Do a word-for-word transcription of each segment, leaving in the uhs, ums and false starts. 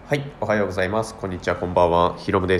はい、おはようございます。こんにちは、こんばんは。ひろむです。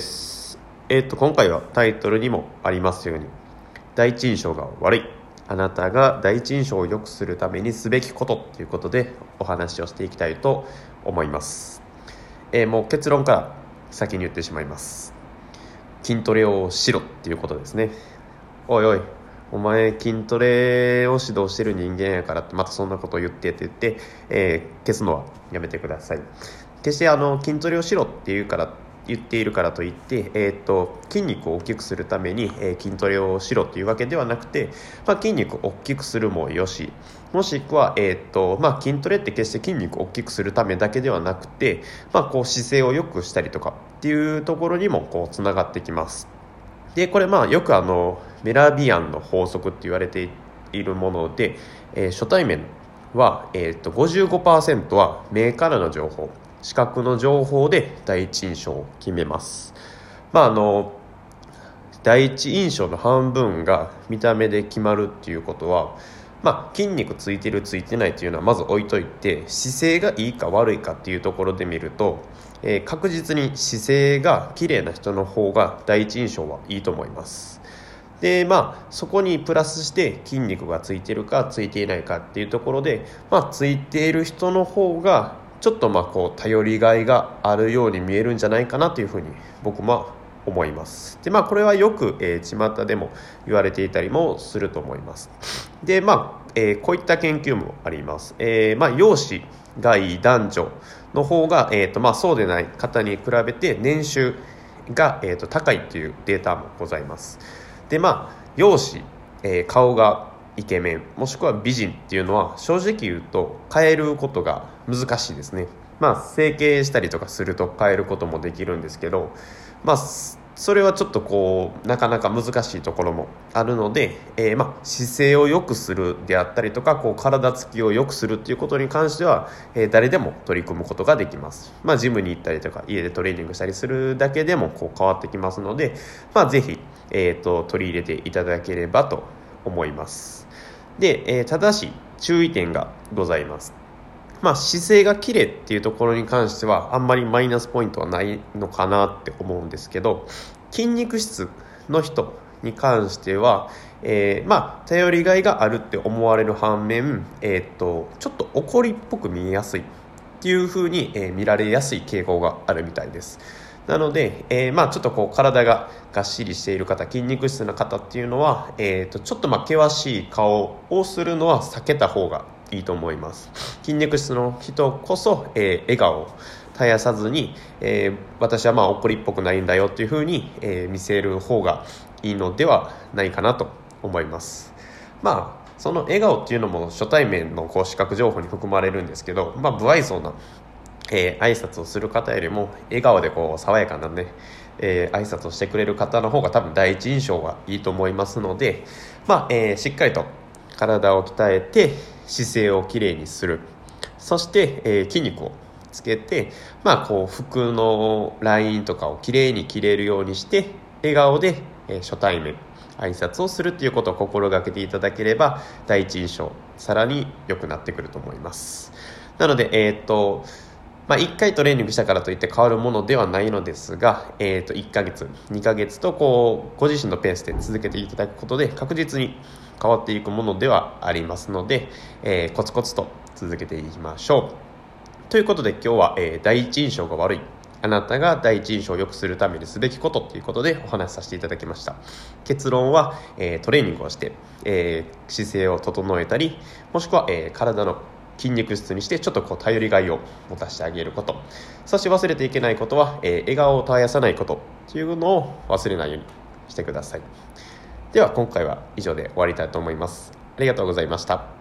えっと、今回はタイトルにもありますように、第一印象が悪い。あなたが第一印象を良くするためにすべきことということでお話をしていきたいと思います。えーもう結論から先に言ってしまいます。筋トレをしろっていうことですね。おいおい、お前筋トレを指導してる人間やからってまたそんなことを言ってって言って、えー消すのはやめてください。決してあの筋トレをしろっていうから言っているからといって、えー、と筋肉を大きくするために、えー筋トレをしろというわけではなくて、まあ、筋肉を大きくするもよし、もしくは、えーとまあ、筋トレって決して筋肉を大きくするためだけではなくて、まあ、こう姿勢を良くしたりとかっていうところにもこうつながってきます。でこれまあよくあのメラビアンの法則って言われているもので、えー初対面は、えー、と ごじゅうごパーセント は目からの情報、視覚の情報で第一印象を決めます。まああの第一印象の半分が見た目で決まるっていうことは、まあ、筋肉ついてるついてないっていうのはまず置いといて、姿勢がいいか悪いかっていうところで見ると、えー確実に姿勢が綺麗な人の方が第一印象はいいと思います。でまあそこにプラスして筋肉がついてるかついていないかっていうところで、まあ、ついている人の方がちょっとまあこう頼りがいがあるように見えるんじゃないかなというふうに僕も思います。でまあこれはよく、えー、巷でも言われていたりもすると思います。でまあ、えーこういった研究もあります。えーまあ、容姿がいい男女の方が、えーとまあ、そうでない方に比べて年収が、えーと高いというデータもございます。でまあ容姿、えー顔がイケメンもしくは美人っていうのは正直言うと変えることが難しいですね。まあ整形したりとかすると変えることもできるんですけど、まあそれはちょっとこうなかなか難しいところもあるので、えーまあ姿勢を良くするであったりとか、こう体つきを良くするっていうことに関しては、えー誰でも取り組むことができます。まあジムに行ったりとか家でトレーニングしたりするだけでもこう変わってきますので、まあぜひ、えーと取り入れていただければと思います。で、えーただし注意点がございます。まあ、姿勢が綺麗っていうところに関してはあんまりマイナスポイントはないのかなって思うんですけど、筋肉質の人に関しては、えーまあ頼りがいがあるって思われる反面、えーっとちょっと怒りっぽく見えやすいっていう風に、えー見られやすい傾向があるみたいです。なので、えーまあ、ちょっとこう体ががっしりしている方、筋肉質な方っていうのは、えー、とちょっとまあ険しい顔をするのは避けた方がいいと思います。筋肉質の人こそ、えー笑顔を絶やさずに、えー私はまあ怒りっぽくないんだよっていう風に、えー見せる方がいいのではないかなと思います。まあその笑顔っていうのも初対面のこう視覚情報に含まれるんですけど、まあ、不愛想なえー、挨拶をする方よりも笑顔でこう爽やかなね、えー、挨拶をしてくれる方の方が多分第一印象はいいと思いますので、まあえーしっかりと体を鍛えて姿勢をきれいにする、そして、えー筋肉をつけて、まあ、こう服のラインとかをきれいに着れるようにして笑顔で、えー初対面挨拶をするっていうことを心がけていただければ第一印象さらに良くなってくると思います。なので、えーっとまあ、いっかいトレーニングしたからといって変わるものではないのですが、えー、といっかげつにかげつとこうご自身のペースで続けていただくことで確実に変わっていくものではありますので、えーコツコツと続けていきましょう。ということで今日は、えー第一印象が悪い、あなたが第一印象を良くするためにすべきことということでお話しさせていただきました。結論は、えートレーニングをして、えー姿勢を整えたり、もしくは、えー体の筋肉質にしてちょっとこう頼りがいを持たせてあげること、そして忘れていけないことは、えー笑顔を絶やさないことというのを忘れないようにしてください。では今回は以上で終わりたいと思います。ありがとうございました。